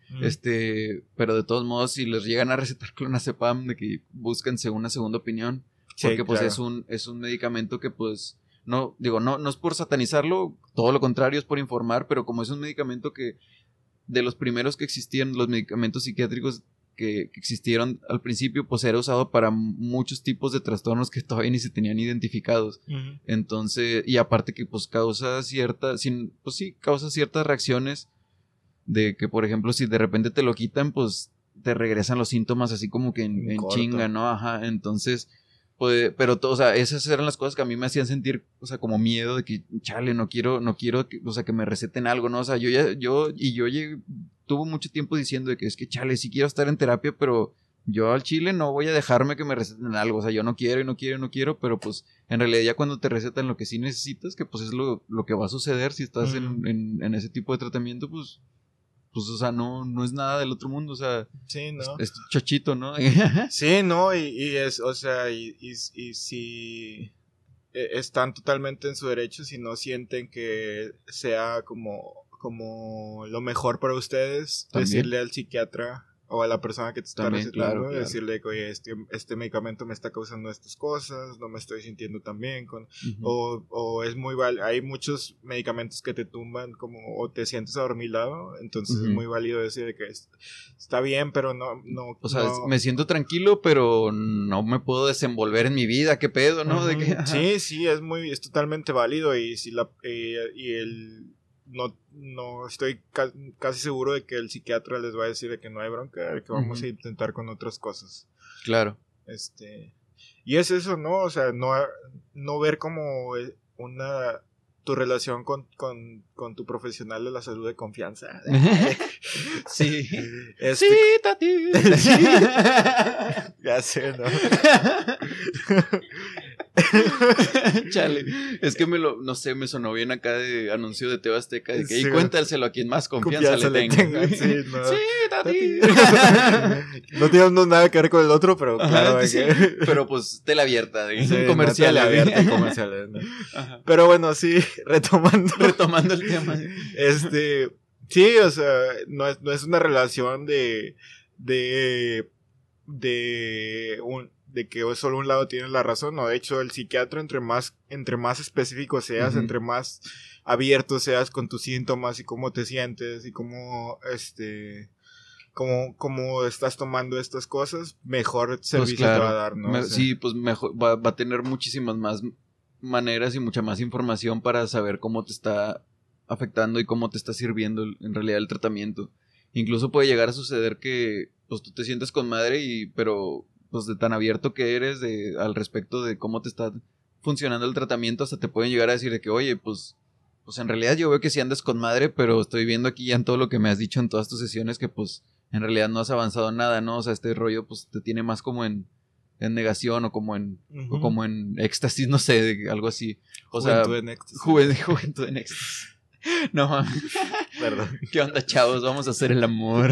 S2: Pero de todos modos, si les llegan a recetar clonazepam, de que búsquense una segunda opinión, porque pues claro. es un medicamento que pues no es por satanizarlo, todo lo contrario, es por informar, pero como es un medicamento que de los primeros que existían, los medicamentos psiquiátricos que existieron al principio, pues era usado para muchos tipos de trastornos que todavía ni se tenían identificados. Entonces, y aparte que pues causa ciertas reacciones de que, por ejemplo, si de repente te lo quitan, pues te regresan los síntomas así como que en chinga, ¿no? Ajá, entonces, pues, pero o sea, esas eran las cosas que a mí me hacían sentir, o sea, como miedo de que, chale, no quiero que, o sea, que me receten algo, ¿no? O sea, yo tuve mucho tiempo diciendo de que es que, chale, sí quiero estar en terapia, pero yo al chile no voy a dejarme que me receten algo, o sea, yo no quiero, pero pues, en realidad ya cuando te recetan lo que sí necesitas, que pues es lo que va a suceder si estás en ese tipo de tratamiento, pues, o sea, no es nada del otro mundo, o sea,
S1: sí, ¿no?
S2: Es chochito, ¿no?
S1: Sí, no, y es, o sea, y si están totalmente en su derecho si no sienten que sea como lo mejor para ustedes, ¿también? Decirle al psiquiatra o a la persona que te está recetando, claro. Decirle que oye, este medicamento me está causando estas cosas, no me estoy sintiendo tan bien o es muy hay muchos medicamentos que te tumban o te sientes adormilado, entonces es muy válido decir que está bien, pero no o sea,
S2: me siento tranquilo, pero no me puedo desenvolver en mi vida, qué pedo, ¿no? De que,
S1: sí, es totalmente válido y si no estoy casi seguro de que el psiquiatra les va a decir de que no hay bronca, que vamos a intentar con otras cosas.
S2: Claro.
S1: Y es eso, ¿no? O sea, no ver como tu relación con tu profesional de la salud de confianza.
S2: Sí.
S1: Sí, Tati. Ya sé, ¿no?
S2: Chale. Es que no sé, me sonó bien acá de anuncio de TV Azteca. De que,
S1: Sí,
S2: y cuéntaselo a quien más confianza le tenga.
S1: Sí, no.
S2: Sí, tati.
S1: No tiene nada que ver con el otro, pero claro.
S2: Ajá, sí. Pero pues tela abierta.
S1: Sí,
S2: Comerciales.
S1: no, tela abierta, comerciales, ¿no? Pero bueno, sí,
S2: retomando el tema.
S1: Sí, o sea, no es una relación de que solo un lado tiene la razón, no, de hecho el psiquiatra entre más específico seas, uh-huh, entre más abierto seas con tus síntomas y cómo te sientes y cómo estás tomando estas cosas, mejor servicio pues claro, te va a dar, ¿no?
S2: Sí, pues mejor va a tener muchísimas más maneras y mucha más información para saber cómo te está afectando y cómo te está sirviendo en realidad el tratamiento. Incluso puede llegar a suceder que pues tú te sientes con madre pero pues de tan abierto que eres al respecto de cómo te está funcionando el tratamiento, hasta te pueden llegar a decir de que oye, pues en realidad yo veo que sí andas con madre, pero estoy viendo aquí ya en todo lo que me has dicho en todas tus sesiones que pues en realidad no has avanzado nada, ¿no? O sea, este rollo pues te tiene más como en negación o como en uh-huh, o como en éxtasis, no sé, algo así. O
S1: juventud
S2: sea,
S1: en éxtasis.
S2: Juventud en éxtasis. No,
S1: perdón.
S2: ¿Qué onda, chavos? Vamos a hacer el amor.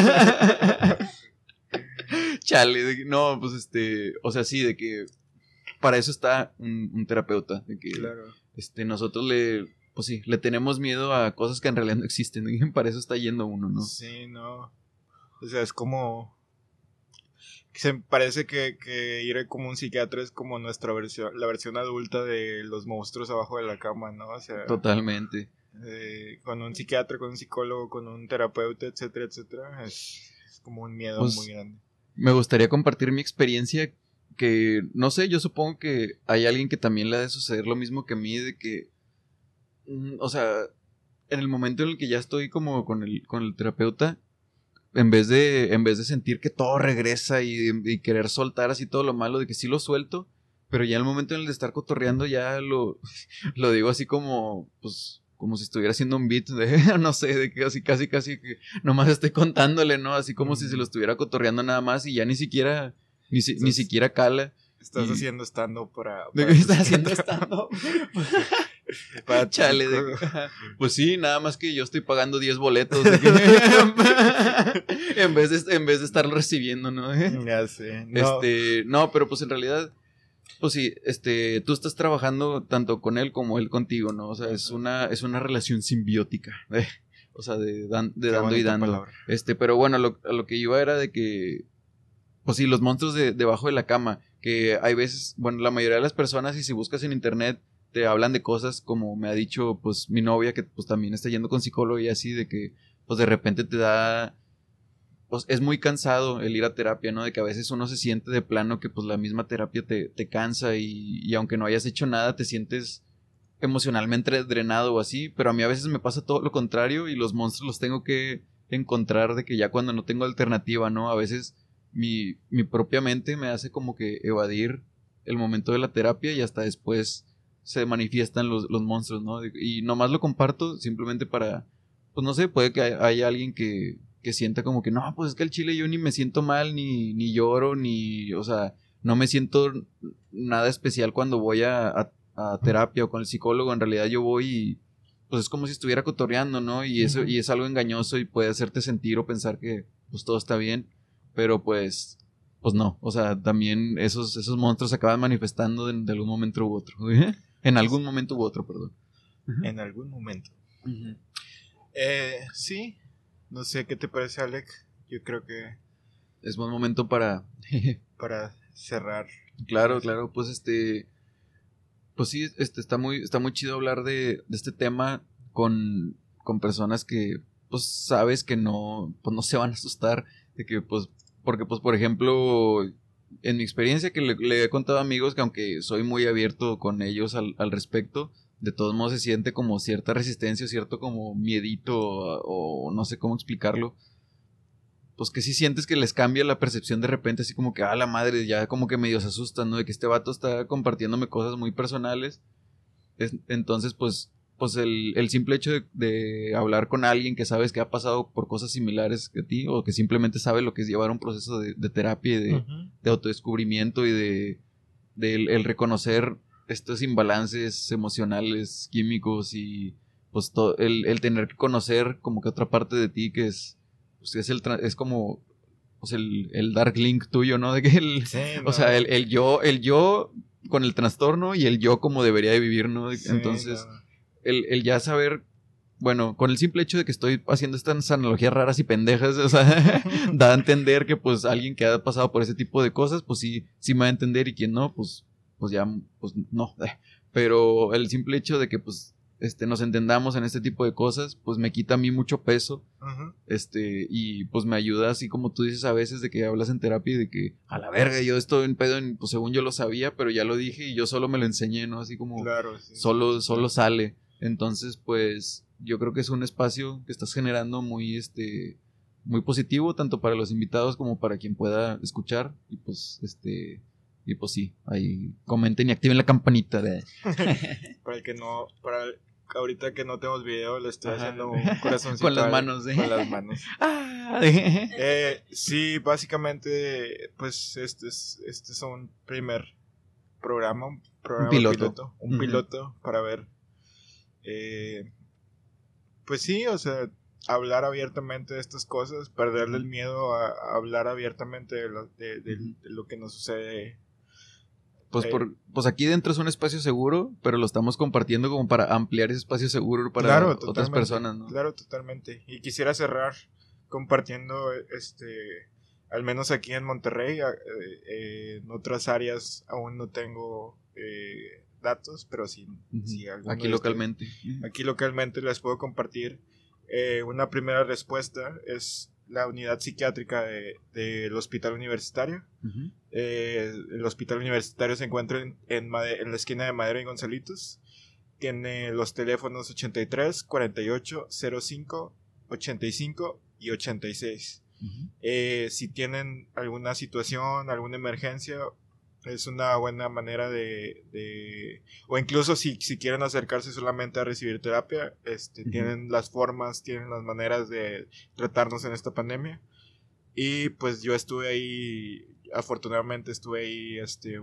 S2: Chale, no, pues o sea, sí, de que para eso está un terapeuta, de que
S1: claro,
S2: nosotros le tenemos miedo a cosas que en realidad no existen, y para eso está yendo uno, ¿no?
S1: Sí, no. O sea, es como se parece que ir como un psiquiatra es como la versión adulta de los monstruos abajo de la cama, ¿no? O sea,
S2: totalmente.
S1: Con un psiquiatra, con un psicólogo, con un terapeuta, etcétera, etcétera, es como un miedo pues, muy grande.
S2: Me gustaría compartir mi experiencia que, no sé, yo supongo que hay alguien que también le ha de suceder lo mismo que a mí, de que, o sea, en el momento en el que ya estoy como con el terapeuta, en vez de sentir que todo regresa y querer soltar así todo lo malo, de que sí lo suelto, pero ya en el momento en el de estar cotorreando ya lo digo así como, pues, como si estuviera haciendo un beat de, no sé, de que casi que nomás estoy contándole, ¿no? Así como si se lo estuviera cotorreando nada más y ya ni siquiera cala.
S1: Estás haciendo stand-up para
S2: ¿De qué estás haciendo stand-up? Para chale. Pues sí, nada más que yo estoy pagando 10 boletos. en vez de estarlo recibiendo, ¿no?
S1: Ya sé.
S2: No. No, pero pues en realidad, pues sí, tú estás trabajando tanto con él como él contigo, ¿no? O sea, es una relación simbiótica. O sea, de dando y dando.
S1: Palabra.
S2: Pero bueno, a lo que iba era de que, pues sí, los monstruos debajo de la cama, que hay veces, bueno, la mayoría de las personas, y si buscas en internet, te hablan de cosas como me ha dicho, pues, mi novia, que pues también está yendo con psicólogo y así, de que, pues, de repente te da, pues, es muy cansado el ir a terapia, ¿no? De que a veces uno se siente de plano que, pues, la misma terapia te cansa y aunque no hayas hecho nada, te sientes emocionalmente drenado o así, pero a mí a veces me pasa todo lo contrario y los monstruos los tengo que encontrar de que ya cuando no tengo alternativa, ¿no? A veces mi propia mente me hace como que evadir el momento de la terapia y hasta después se manifiestan los monstruos, ¿no? Y nomás lo comparto simplemente para, pues no sé, puede que haya alguien que sienta como que, no, pues es que al chile yo ni me siento mal, ni lloro, o sea, no me siento nada especial cuando voy a terapia o con el psicólogo. En realidad yo voy y pues es como si estuviera cotorreando, ¿no? Y eso, y es algo engañoso y puede hacerte sentir o pensar que pues todo está bien, pero pues no, o sea, también esos monstruos se acaban manifestando de algún momento u otro. En algún momento u otro, perdón.
S1: En algún momento. Sí, no sé qué te parece, Alec. Yo creo que
S2: es buen momento para
S1: cerrar.
S2: Claro, pues pues sí, está muy chido hablar de este tema con personas que pues sabes que no se van a asustar de que pues porque pues por ejemplo en mi experiencia que le he contado a amigos que aunque soy muy abierto con ellos al respecto, de todos modos se siente como cierta resistencia, cierto como miedito o no sé cómo explicarlo. Pues que sí sientes que les cambia la percepción de repente, así como que, la madre, ya como que medio se asustan, ¿no? De que este vato está compartiéndome cosas muy personales. Entonces, pues el simple hecho de hablar con alguien que sabes que ha pasado por cosas similares que a ti, o que simplemente sabe lo que es llevar un proceso de terapia y de autodescubrimiento y del el reconocer estos imbalances emocionales, químicos y pues el tener que conocer como que otra parte de ti que es, pues, es como pues el dark link tuyo, ¿no? De que
S1: Sí,
S2: o sea, el yo con el trastorno y el yo como debería de vivir, ¿no?
S1: Sí,
S2: Entonces, el ya saber, bueno, con el simple hecho de que estoy haciendo estas analogías raras y pendejas, o sea, da a entender que pues alguien que ha pasado por ese tipo de cosas, pues sí me va a entender, y quien no, pues ya, pues no. Pero el simple hecho de que pues nos entendamos en este tipo de cosas, pues me quita a mí mucho peso.
S1: Ujú.
S2: Y pues me ayuda, así como tú dices a veces, de que hablas en terapia y de que a la verga, yo estoy en pedo, pues según yo lo sabía, pero ya lo dije y yo solo me lo enseñé, ¿no? Así como
S1: Claro, sí.
S2: solo sale. Entonces, pues yo creo que es un espacio que estás generando muy muy positivo, tanto para los invitados como para quien pueda escuchar. Y pues sí, ahí comenten y activen la campanita de...
S1: Para el que no, ahorita que no tenemos video, le estoy
S2: Ajá.
S1: haciendo un corazoncito
S2: Con las manos,
S1: con las manos.
S2: Ah.
S1: Sí, básicamente, pues este es un primer programa, un programa
S2: piloto.
S1: un piloto para ver, pues sí, o sea, hablar abiertamente de estas cosas, perderle el miedo a hablar abiertamente de lo que nos sucede.
S2: Pues, pues aquí dentro es un espacio seguro, pero lo estamos compartiendo como para ampliar ese espacio seguro para
S1: Claro,
S2: otras personas, ¿no?
S1: Claro, totalmente. Y quisiera cerrar compartiendo, al menos aquí en Monterrey, en otras áreas aún no tengo datos, pero sí,
S2: aquí localmente.
S1: Aquí localmente les puedo compartir. Una primera respuesta es la unidad psiquiátrica del hospital universitario.
S2: Uh-huh.
S1: El hospital universitario se encuentra en la esquina de Madero y Gonzalitos. Tiene los teléfonos 83 48 05 85 y 86. Uh-huh. Si tienen alguna situación, alguna emergencia, es una buena manera o incluso si quieren acercarse solamente a recibir terapia, uh-huh, tienen las formas, tienen las maneras de tratarnos en esta pandemia. Y pues yo estuve ahí, afortunadamente estuve ahí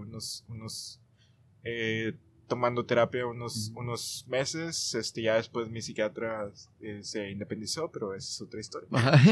S1: tomando terapia unos meses. Ya después mi psiquiatra se independizó, pero esa es otra historia.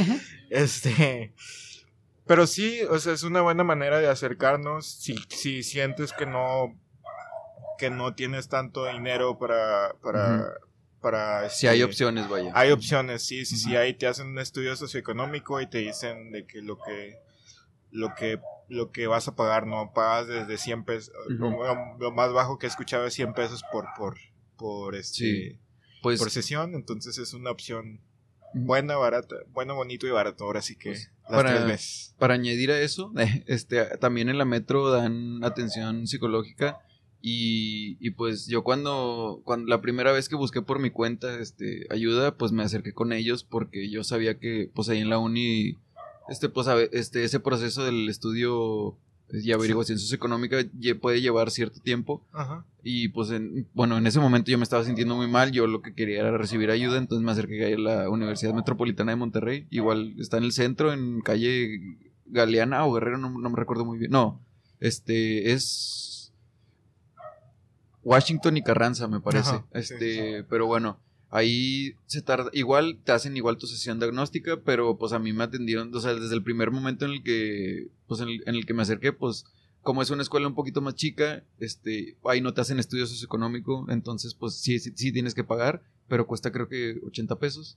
S1: Pero sí, o sea, es una buena manera de acercarnos. Si sientes que no tienes tanto dinero para
S2: uh-huh, si hay opciones, vaya.
S1: Hay opciones, sí. Ahí te hacen un estudio socioeconómico y te dicen de que lo que vas a pagar, no pagas desde 100 pesos. Uh-huh. Lo más bajo que he escuchado es 100 pesos
S2: sí, pues,
S1: por sesión. Entonces es una opción buena, barata, bueno, bonito y barato. Ahora sí que
S2: pues,
S1: las 3 veces.
S2: Para añadir a eso, también en la Metro dan atención psicológica. Y pues yo cuando la primera vez que busqué por mi cuenta ayuda, pues me acerqué con ellos porque yo sabía que pues ahí en la uni ese proceso del estudio y averiguación socioeconómica puede llevar cierto tiempo.
S1: Ajá.
S2: Y pues en ese momento yo me estaba sintiendo muy mal, yo lo que quería era recibir ayuda, entonces me acerqué a la Universidad Metropolitana de Monterrey, igual está en el centro, en calle Galeana o Guerrero, no me recuerdo muy bien, no, es Washington y Carranza, me parece.
S1: Ajá, sí.
S2: Pero bueno, ahí se tarda, igual te hacen igual tu sesión diagnóstica, pero pues a mí me atendieron, o sea, desde el primer momento en el que pues en el que me acerqué, pues como es una escuela un poquito más chica, ahí no te hacen estudio socioeconómico, entonces pues sí tienes que pagar, pero cuesta creo que 80 pesos.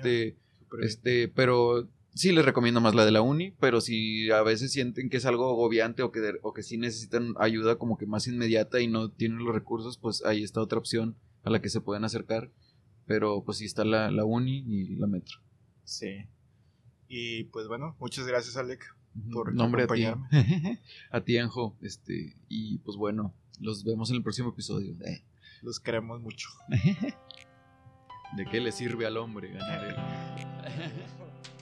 S2: Pero sí les recomiendo más la de la uni, pero si a veces sienten que es algo agobiante o que sí necesitan ayuda como que más inmediata y no tienen los recursos, pues ahí está otra opción a la que se pueden acercar. Pero pues sí está la uni y la Metro.
S1: Sí. Y pues bueno, muchas gracias, Alec, por
S2: acompañarme. A ti, Anjo. Y pues bueno, los vemos en el próximo episodio.
S1: Los queremos mucho.
S2: ¿De qué le sirve al hombre ganar el...